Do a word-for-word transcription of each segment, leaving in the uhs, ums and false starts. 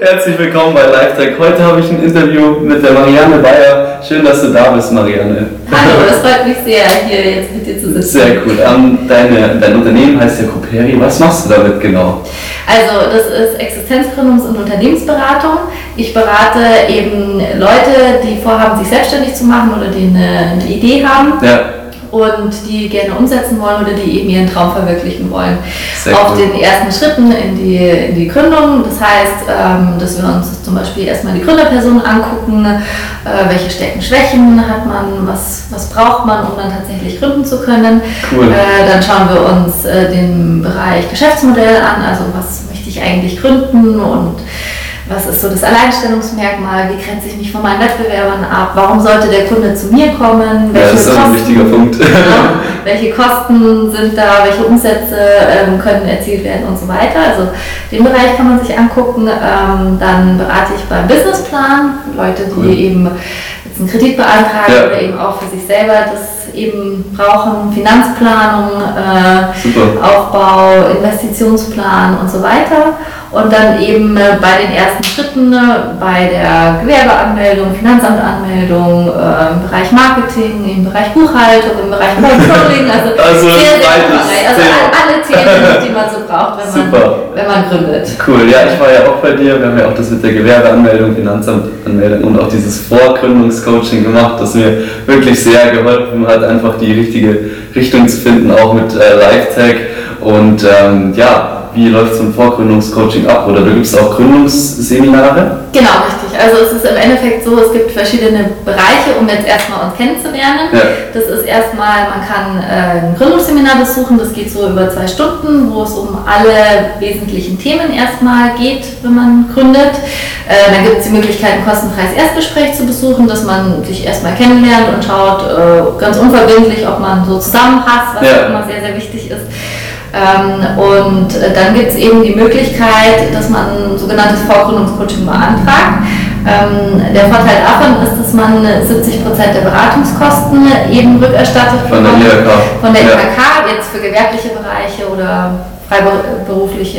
Herzlich willkommen bei LiveTech. Heute habe ich ein Interview mit der Marianne Bayer. Schön, dass du da bist, Marianne. Hallo, es freut mich sehr, hier jetzt mit dir zu sitzen. Sehr cool. Ähm, deine, dein Unternehmen heißt ja Coperi. Was machst du damit genau? Also das ist Existenzgründungs- und Unternehmensberatung. Ich berate eben Leute, die vorhaben, sich selbstständig zu machen oder die eine, eine Idee haben. Ja. Und die gerne umsetzen wollen oder die eben ihren Traum verwirklichen wollen. Sehr Auf cool. den ersten Schritten in die, in die Gründung. Das heißt, ähm, dass wir uns zum Beispiel erstmal die Gründerperson angucken, äh, welche Stärken, Schwächen hat man, was, was braucht man, um dann tatsächlich gründen zu können. Cool. Äh, dann schauen wir uns äh, den Bereich Geschäftsmodell an, also was möchte ich eigentlich gründen und was ist so das Alleinstellungsmerkmal, wie grenze ich mich von meinen Wettbewerbern ab, warum sollte der Kunde zu mir kommen, welche, ja, das ist Kosten, ein wichtiger Punkt. ja, welche Kosten sind da, welche Umsätze ähm, können erzielt werden und so weiter. Also den Bereich kann man sich angucken. Ähm, dann berate ich beim Businessplan, Leute, die Cool. eben jetzt einen Kredit beantragen Ja. oder eben auch für sich selber das eben brauchen, Finanzplanung, äh, Super. Aufbau, Investitionsplan und so weiter. Und dann eben äh, bei den ersten Schritten, äh, bei der Gewerbeanmeldung, Finanzamtanmeldung, äh, im Bereich Marketing, im Bereich Buchhaltung, im Bereich Controlling, also, Also sehr, sehr breites umfangreich. Also Thema. alle Themen, die man so braucht, wenn man, Super. wenn man gründet. Cool, ja, ich war ja auch bei dir. Wir haben ja auch das mit der Gewerbeanmeldung, Finanzamtanmeldung und auch dieses Vorgründungscoaching gemacht, das mir wirklich sehr geholfen hat, einfach die richtige Richtung zu finden, auch mit äh, LiveTech. Und ähm, ja, wie läuft so ein Vorgründungscoaching ab? Oder du gibst auch Gründungsseminare? Genau, richtig. Also es ist im Endeffekt so, es gibt verschiedene Bereiche, um jetzt erstmal uns kennenzulernen. Ja. Das ist erstmal, man kann äh, ein Gründungsseminar besuchen, das geht so über zwei Stunden, wo es um alle wesentlichen Themen erstmal geht, wenn man gründet. Äh, dann gibt es die Möglichkeit, ein kostenfreies Erstgespräch zu besuchen, dass man sich erstmal kennenlernt und schaut, äh, ganz unverbindlich, ob man so zusammenpasst, was Ja. immer sehr, sehr wichtig ist. Ähm, und äh, dann gibt es eben die Möglichkeit, dass man ein sogenanntes Vorgründungscoaching beantragt. Ähm, der Vorteil davon ist, dass man siebzig Prozent der Beratungskosten eben rückerstattet Von der I H K. Von der Ja. I H K, jetzt für gewerbliche Bereiche oder freiberufliche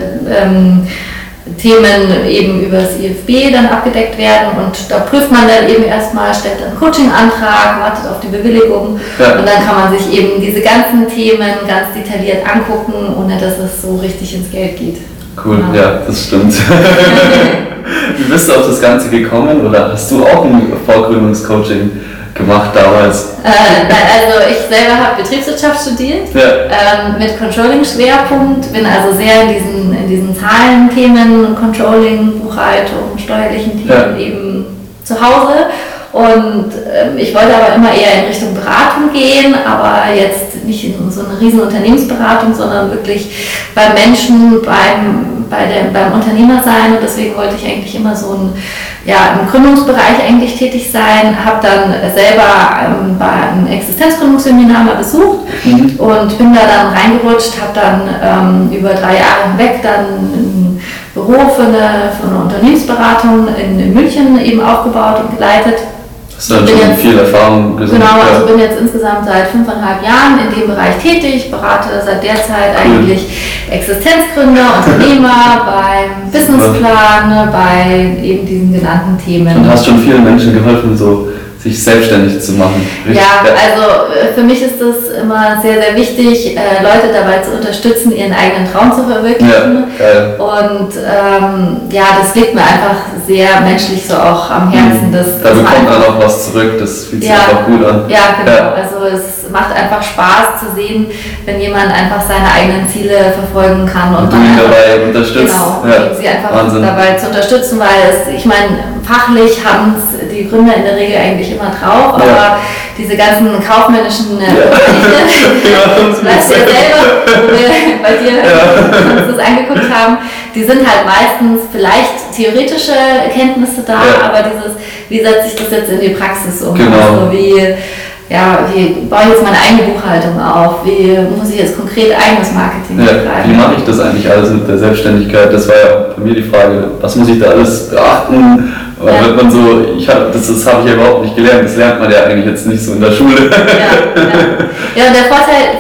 ähm, Themen eben über das I F B dann abgedeckt werden und da prüft man dann eben erstmal, stellt einen Coaching-Antrag, wartet auf die Bewilligung Ja. und dann kann man sich eben diese ganzen Themen ganz detailliert angucken, ohne dass es so richtig ins Geld geht. Cool, Ja. ja, das stimmt. Wie bist du auf das Ganze gekommen oder hast du auch ein Vorgründungscoaching gemacht damals? Äh, also ich selber habe Betriebswirtschaft studiert, Ja. ähm, mit Controlling-Schwerpunkt, bin also sehr in diesen, in diesen Zahlenthemen, Controlling, Buchhaltung, steuerlichen Themen Ja. eben zu Hause. Und ähm, ich wollte aber immer eher in Richtung Beratung gehen, aber jetzt nicht in so eine riesen Unternehmensberatung, sondern wirklich beim Menschen, beim, bei der, beim Unternehmer sein. Und deswegen wollte ich eigentlich immer so ein, ja, im Gründungsbereich eigentlich tätig sein. Habe dann selber ähm, bei einem Existenzgründungsseminar mal besucht Mhm. und bin da dann reingerutscht, habe dann ähm, über drei Jahre hinweg dann ein Büro für eine, für eine Unternehmensberatung in, in München eben aufgebaut und geleitet. Hast du dann Bin schon jetzt- viel Erfahrung gesammelt? Genau, Ja. also bin jetzt insgesamt seit fünfeinhalb Jahren in dem Bereich tätig, berate seit der Zeit Cool. eigentlich Existenzgründer, Unternehmer beim Businessplan, bei eben diesen genannten Themen. Und hast schon vielen Menschen geholfen, so sich selbstständig zu machen. Richtig? Ja, also äh, für mich ist es immer sehr, sehr wichtig, äh, Leute dabei zu unterstützen, ihren eigenen Traum zu verwirklichen. Ja, geil. Und ähm, ja, das liegt mir einfach sehr menschlich so auch am Herzen. Dass, Da dass man bekommt einfach- man auch was zurück, das fühlt sich Ja. einfach gut an. Ja, genau. Ja. Also es macht einfach Spaß zu sehen, wenn jemand einfach seine eigenen Ziele verfolgen kann und, Und du man ihn einfach, dabei unterstützt. genau, Ja. und sie einfach Wahnsinn. dabei zu unterstützen, weil es, ich meine, fachlich haben es die Gründer in der Regel eigentlich immer drauf, Ja. aber diese ganzen kaufmännischen äh, Ja. Bereiche, Ja, das weißt du ja selber, wo wir bei dir uns das angeguckt haben, die sind halt meistens vielleicht theoretische Kenntnisse da, Ja. aber dieses, wie setze ich das jetzt in die Praxis um? Genau. Also wie, ja, wie baue ich jetzt meine eigene Buchhaltung auf? Wie muss ich jetzt konkret eigenes Marketing Ja, betreiben? wie mache ich das eigentlich alles mit der Selbstständigkeit? Das war ja bei mir die Frage, was muss ich da alles beachten? Weil Ja. wird man so, ich hab, das, das habe ich ja überhaupt nicht gelernt, das lernt man ja eigentlich jetzt nicht so in der Schule. Ja, ja. ja, und der Vorteil von so einer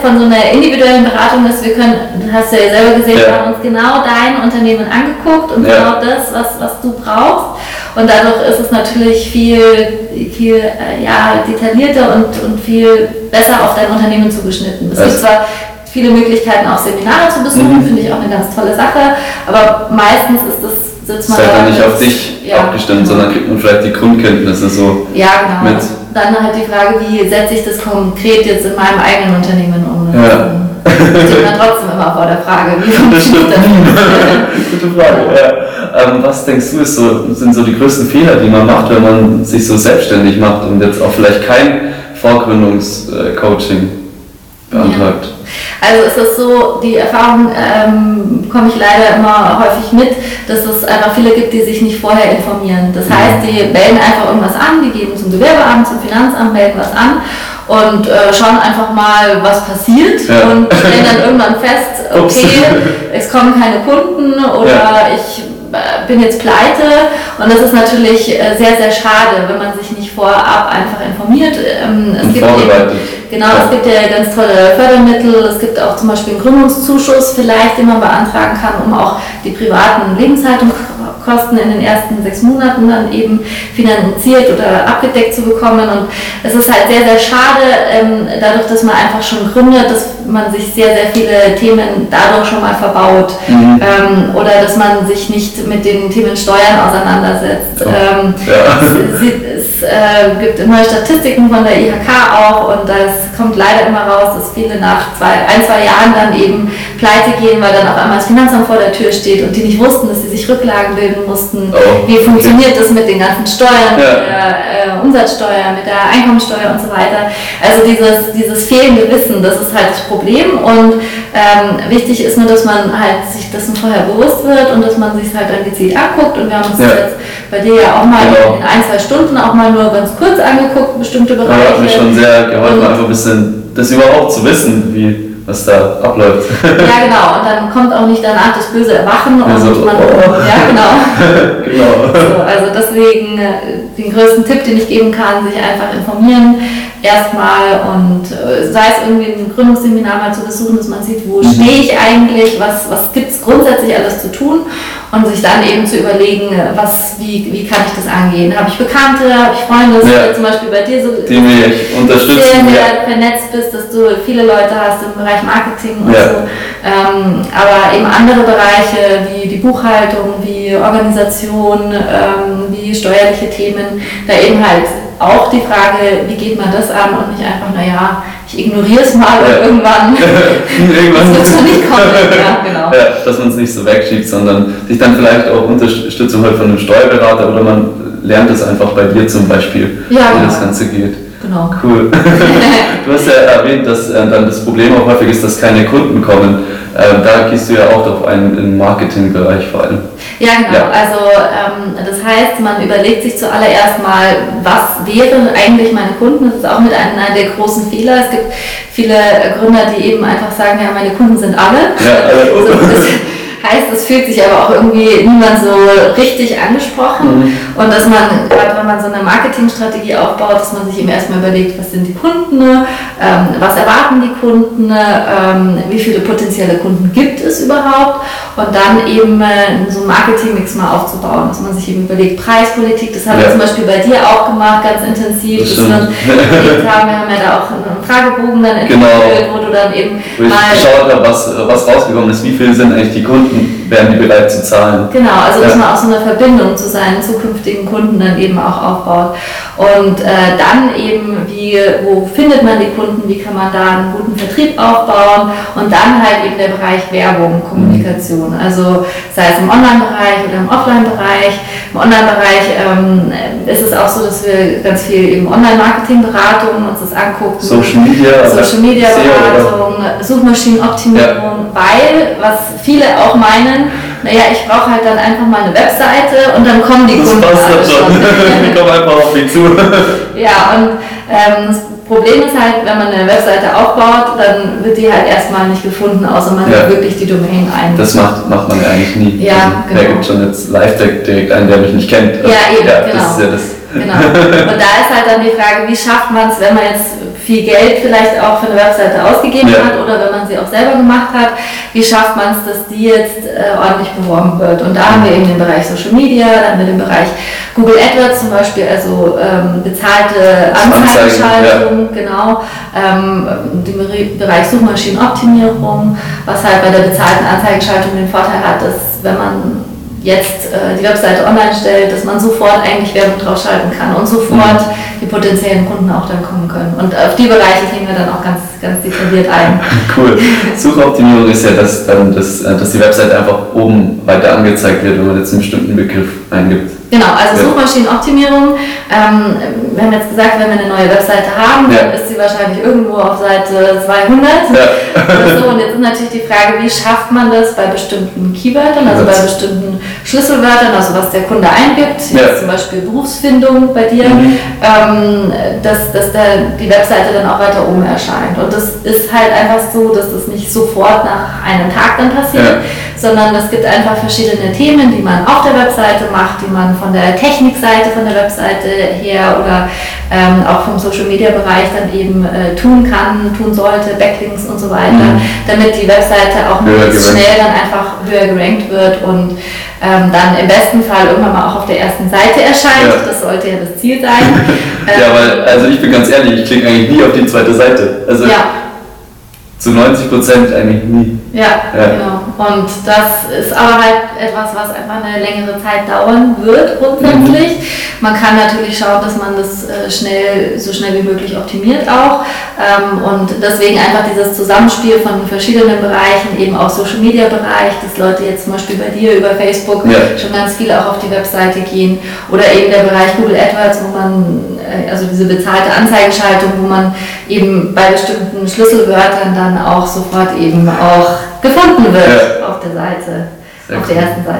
der individuellen Beratung ist, wir können, hast du ja selber gesehen, ja. wir haben uns genau dein Unternehmen angeguckt und ja. genau das, was, was du brauchst. Und dadurch ist es natürlich viel, viel äh, ja, detaillierter und, und viel besser auf dein Unternehmen zugeschnitten. Es gibt zwar viele Möglichkeiten, auch Seminare zu besuchen, mhm. finde ich auch eine ganz tolle Sache, aber meistens ist das sitzt man ist halt da dann nicht auf dich ja, abgestimmt, genau. sondern kriegt man vielleicht die Grundkenntnisse so. Ja, genau. Mit. Dann halt die Frage, wie setze ich das konkret jetzt in meinem eigenen Unternehmen um? Ja. Steht man trotzdem immer vor der Frage, wie funktioniert das? Gute Frage, ja. Ähm, was denkst du, ist so, sind so die größten Fehler, die man macht, wenn man sich so selbstständig macht und jetzt auch vielleicht kein Vorgründungscoaching beantragt? Ja. Also ist es so, die Erfahrung ähm, komme ich leider immer häufig mit, dass es einfach viele gibt, die sich nicht vorher informieren. Das heißt, die melden einfach irgendwas an, die geben zum Gewerbeamt, zum Finanzamt, melden was an und äh, schauen einfach mal, was passiert ja. und stellen dann irgendwann fest, okay, es kommen keine Kunden oder ja. ich bin jetzt pleite und das ist natürlich sehr, sehr schade, wenn man sich nicht vorab einfach informiert. Es und gibt vorbereitet. Eben, genau, ja. es gibt ja ganz tolle Fördermittel, es gibt auch zum Beispiel einen Gründungszuschuss vielleicht, den man beantragen kann, um auch die privaten Lebenshaltungskosten in den ersten sechs Monaten dann eben finanziert oder abgedeckt zu bekommen und es ist halt sehr, sehr schade, dadurch, dass man einfach schon gründet, dass man sich sehr, sehr viele Themen dadurch schon mal verbaut mhm. oder dass man sich nicht mit den Themen Steuern auseinandersetzt. Oh. Ähm, ja. Es, es äh, gibt immer Statistiken von der I H K auch und das kommt leider immer raus, dass viele nach zwei, ein, zwei Jahren dann eben pleite gehen, weil dann auf einmal das Finanzamt vor der Tür steht und die nicht wussten, dass sie sich Rücklagen bilden mussten. Oh. Wie funktioniert das mit den ganzen Steuern, ja. mit der äh, Umsatzsteuer, mit der Einkommensteuer und so weiter. Also dieses, dieses fehlende Wissen, das ist halt das Problem und ähm, wichtig ist nur, dass man halt sich dessen vorher bewusst wird und dass man sich halt dann gezielt anguckt und wir haben uns ja. das jetzt bei dir ja auch mal genau. in ein, zwei Stunden auch mal nur ganz kurz angeguckt, bestimmte Bereiche. Ja, hat mich schon sehr geholfen, und einfach ein bisschen das überhaupt zu wissen, wie was da abläuft. Ja genau, und dann kommt auch nicht danach das böse Erwachen und also, man, oh. ja genau. genau. So, also deswegen den größten Tipp, den ich geben kann, sich einfach informieren erstmal und äh, sei es irgendwie ein Gründungsseminar mal zu besuchen, dass man sieht, wo mhm. stehe ich eigentlich, was, was gibt es grundsätzlich alles zu tun und sich dann eben zu überlegen, was, wie, wie kann ich das angehen. Habe ich Bekannte, habe ich Freunde, ja. zum Beispiel bei dir so, die mich unterstützen, sehr, sehr ja. vernetzt bist, dass du viele Leute hast im Bereich Marketing und ja. so. Ähm, aber eben andere Bereiche wie die Buchhaltung, wie Organisation, ähm, wie steuerliche Themen, da eben halt auch die Frage, wie geht man das an und nicht einfach, naja, ich ignoriere es mal ja. und irgendwann, irgendwann wird es schon nicht kommen. Ja, genau. Ja, dass man es nicht so wegschiebt, sondern sich dann vielleicht auch Unterstützung holt von einem Steuerberater oder man lernt es einfach bei dir zum Beispiel, ja, wie genau. das Ganze geht. Genau. Cool. Du hast ja erwähnt, dass äh, dann das Problem auch häufig ist, dass keine Kunden kommen. Äh, da gehst du ja auch auf einen im Marketingbereich vor allem. Ja, genau. Ja. Also ähm, das heißt, man überlegt sich zuallererst mal, was wären eigentlich meine Kunden. Das ist auch mit einer der großen Fehler. Es gibt viele Gründer, die eben einfach sagen, ja, meine Kunden sind alle. Ja, alle. So, das heißt, es fühlt sich aber auch irgendwie niemand so richtig angesprochen mhm. und dass man, gerade wenn man so eine Marketingstrategie aufbaut, dass man sich eben erstmal überlegt, was sind die Kunden, ähm, was erwarten die Kunden, ähm, wie viele potenzielle Kunden gibt es überhaupt und dann eben äh, so einen Marketingmix mal aufzubauen, dass man sich eben überlegt, Preispolitik, das haben ja. wir zum Beispiel bei dir auch gemacht, ganz intensiv, das dass wir überlegt haben, wir haben ja da auch einen Fragebogen dann entwickelt, genau. wo du dann eben wo ich mal geschaut habe, was, was rausgekommen ist, wie viel sind eigentlich die Kunden, werden die bereit zu zahlen. Genau, also dass ja. man auch so eine Verbindung zu seinen zukünftigen Kunden dann eben auch aufbaut. Und äh, dann eben, wie, wo findet man die Kunden, wie kann man da einen guten Vertrieb aufbauen und dann halt eben der Bereich Werbung, Kommunikation. Also sei es im Online-Bereich oder im Offline-Bereich. Im Online-Bereich ähm, ist es auch so, dass wir ganz viel eben Online-Marketing-Beratung uns das angucken. Social Media. Social-Media-Beratung, Suchmaschinenoptimierung, ja. weil, was viele auch meinen, naja, ich brauche halt dann einfach mal eine Webseite und dann kommen die das Kunden passt alle schon. Die kommen einfach auf mich zu. Ja, und ähm, das Problem ist halt, wenn man eine Webseite aufbaut, dann wird die halt erstmal nicht gefunden, außer man ja. gibt wirklich die Domain ein. Das macht, macht man ja eigentlich nie. Ja, also, genau. Wer gibt schon jetzt Live-Tech direkt einen, der mich nicht kennt? Ja, eben, ja, genau. Das ist ja das. Genau. Und da ist halt dann die Frage, wie schafft man es, wenn man jetzt viel Geld vielleicht auch für eine Webseite ausgegeben ja. hat oder wenn man sie auch selber gemacht hat, wie schafft man es, dass die jetzt äh, ordentlich beworben wird? Und da haben wir eben den Bereich Social Media, dann haben wir den Bereich Google AdWords zum Beispiel, also ähm, bezahlte Anzeigenschaltung, ja. genau, ähm, den Bereich Suchmaschinenoptimierung, was halt bei der bezahlten Anzeigenschaltung den Vorteil hat, dass wenn man jetzt äh, die Webseite online stellt, dass man sofort eigentlich Werbung draufschalten kann und sofort mhm. die potenziellen Kunden auch dann kommen können. Und auf die Bereiche gehen wir dann auch ganz, ganz detailliert ein. Cool. Suchoptimierung ist ja, dass, dann das, dass die Webseite einfach oben weiter angezeigt wird, wenn man jetzt einen bestimmten Begriff eingibt. Genau, also ja. Suchmaschinenoptimierung. Ähm, wir haben jetzt gesagt, wenn wir eine neue Webseite haben, ja. dann ist sie wahrscheinlich irgendwo auf Seite zweihundert. Ja. So, und jetzt ist natürlich die Frage, wie schafft man das bei bestimmten Keywörtern, also bei bestimmten Schlüsselwörtern, also was der Kunde eingibt, ja. jetzt zum Beispiel Berufsfindung bei dir, mhm. ähm, dass, dass der, die Webseite dann auch weiter oben erscheint. Und das ist halt einfach so, dass das nicht sofort nach einem Tag dann passiert, ja. sondern es gibt einfach verschiedene Themen, die man auf der Webseite macht, die man von der Technikseite, von der Webseite her oder ähm, auch vom Social-Media-Bereich dann eben äh, tun kann, tun sollte, Backlinks und so weiter, mhm. damit die Webseite auch möglichst schnell dann einfach höher gerankt wird und ähm, dann im besten Fall irgendwann mal auch auf der ersten Seite erscheint. Ja. Das sollte ja das Ziel sein. ja, ähm, weil, also ich bin ganz ehrlich, ich klicke eigentlich nie auf die zweite Seite. Also ja. zu neunzig Prozent eigentlich nie. Ja, ja, genau. Und das ist aber halt etwas, was einfach eine längere Zeit dauern wird grundsätzlich. Mhm. Man kann natürlich schauen, dass man das äh, schnell, so schnell wie möglich optimiert auch. Ähm, und deswegen einfach dieses Zusammenspiel von verschiedenen Bereichen, eben auch Social Media Bereich, dass Leute jetzt zum Beispiel bei dir über Facebook ja. schon ganz viel auch auf die Webseite gehen. Oder eben der Bereich Google AdWords, wo man, äh, also diese bezahlte Anzeigenschaltung, wo man eben bei bestimmten Schlüsselwörtern dann auch sofort eben auch gefunden wird ja. auf der Seite, sehr auf cool. der ersten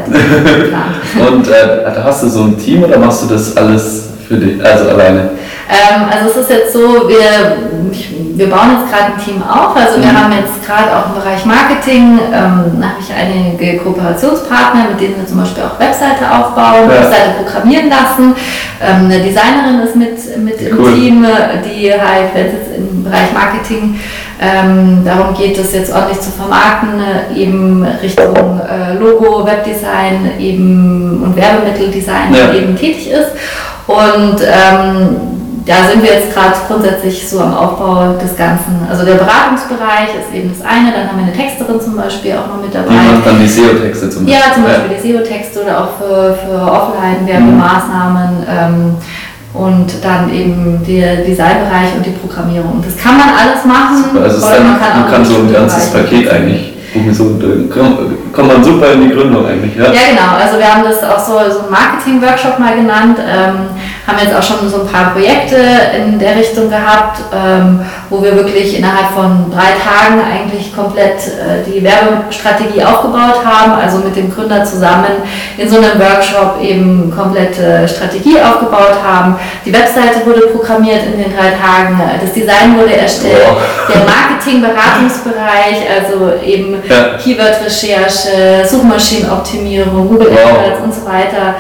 Seite. Und äh, hast du so ein Team oder machst du das alles für dich, also alleine? Ähm, also es ist jetzt so, wir, wir bauen jetzt gerade ein Team auf, also mhm. wir haben jetzt gerade auch im Bereich Marketing, ähm, da habe ich einige Kooperationspartner, mit denen wir zum Beispiel auch Webseite aufbauen, ja. Webseite programmieren lassen. Ähm, eine Designerin ist mit, mit im cool. Team, die halt, wenn es jetzt im Bereich Marketing ähm, darum geht, das jetzt ordentlich zu vermarkten, eben Richtung äh, Logo, Webdesign eben und Werbemitteldesign ja. eben tätig ist. Und ähm, da sind wir jetzt gerade grundsätzlich so am Aufbau des Ganzen. Also der Beratungsbereich ist eben das eine, dann haben wir eine Texterin zum Beispiel auch noch mit dabei. Die macht dann die S E O-Texte zum Beispiel. Ja, zum Beispiel ja. die S E O-Texte oder auch für, für Offline-Werbemaßnahmen mhm. ähm, und dann eben der Designbereich und die Programmierung. Das kann man alles machen. Super. Also dann, man kann, man kann so ein ganzes Paket eigentlich. So, kommt man super in die Gründung eigentlich, ja? Ja, genau. Also wir haben das auch so, so einen Marketing-Workshop mal genannt, ähm, haben jetzt auch schon so ein paar Projekte in der Richtung gehabt, ähm, wo wir wirklich innerhalb von drei Tagen eigentlich komplett äh, die Werbestrategie aufgebaut haben, also mit dem Gründer zusammen in so einem Workshop eben komplette Strategie aufgebaut haben. Die Webseite wurde programmiert in den drei Tagen, das Design wurde erstellt, wow. der Marketing-Beratungsbereich, also eben ja. Keyword-Recherche, Suchmaschinenoptimierung, Google AdWords wow. und so weiter.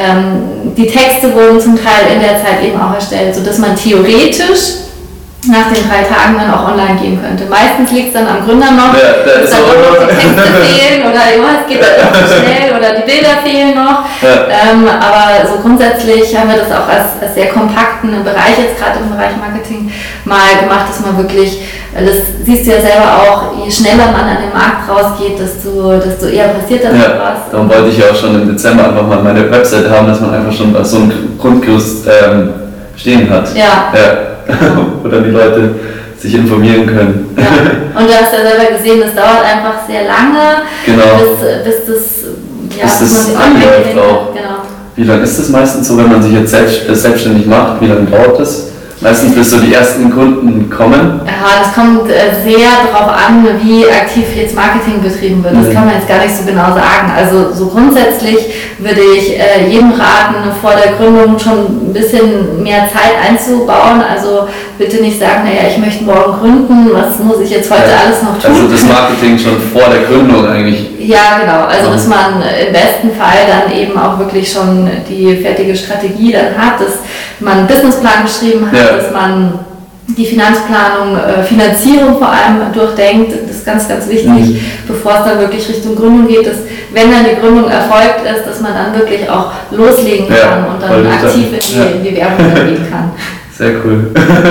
Ähm, die Texte wurden zum Teil in der Zeit eben auch erstellt, sodass man theoretisch nach den drei Tagen dann auch online gehen könnte. Meistens liegt es dann am Gründer noch, ja, dass dann so noch die Texte fehlen oder irgendwas geht dann noch zu schnell oder die Bilder fehlen noch. Ja. Ähm, aber so grundsätzlich haben wir das auch als, als sehr kompakten Bereich jetzt gerade im Bereich Marketing mal gemacht, dass man wirklich, das siehst du ja selber auch, je schneller man an den Markt rausgeht, desto, desto eher passiert das ja, was. Darum wollte ich ja auch schon im Dezember einfach mal meine Webseite haben, dass man einfach schon so ein Grundgerüst ähm, stehen hat. Ja. ja. Wo dann die Leute sich informieren können. Ja. Und du hast ja selber gesehen, das dauert einfach sehr lange, genau. bis, bis das, ja, bis das anläuft auch. Genau. Wie lange ist das meistens so, wenn man sich jetzt selbst, selbstständig macht? Wie lange dauert das? Meistens bis so die ersten Kunden kommen. Ja, das kommt äh, sehr darauf an, wie aktiv jetzt Marketing betrieben wird. Das mhm. kann man jetzt gar nicht so genau sagen. Also so grundsätzlich würde ich äh, jedem raten, vor der Gründung schon ein bisschen mehr Zeit einzubauen. Also bitte nicht sagen, naja, ich möchte morgen gründen, was muss ich jetzt heute ja. alles noch tun? Also das Marketing schon vor der Gründung eigentlich. Ja, genau. Also dass man im besten Fall dann eben auch wirklich schon die fertige Strategie dann hat, dass man einen Businessplan geschrieben hat, ja. dass man die Finanzplanung, äh, Finanzierung vor allem durchdenkt. Das ist ganz, ganz wichtig, mhm. bevor es dann wirklich Richtung Gründung geht, dass wenn dann die Gründung erfolgt ist, dass man dann wirklich auch loslegen kann ja, und dann aktiv in die, ja. in die Werbung gehen kann. Sehr cool.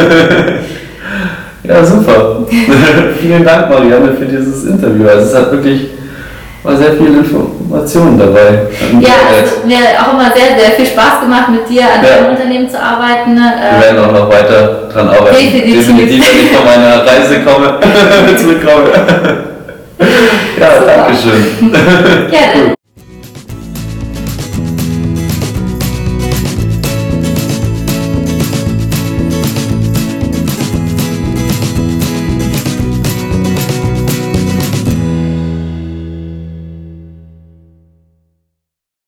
Ja, super. Vielen Dank, Marianne, für dieses Interview. Also es hat wirklich war sehr viel Information dabei. Ja, es hat mir auch immer sehr, sehr viel Spaß gemacht, mit dir an deinem ja. Unternehmen zu arbeiten. Wir werden auch noch weiter dran arbeiten. Definitiv. Definitiv, wenn ich von meiner Reise komme, zurückkomme. Ja, super. Danke schön. Gerne.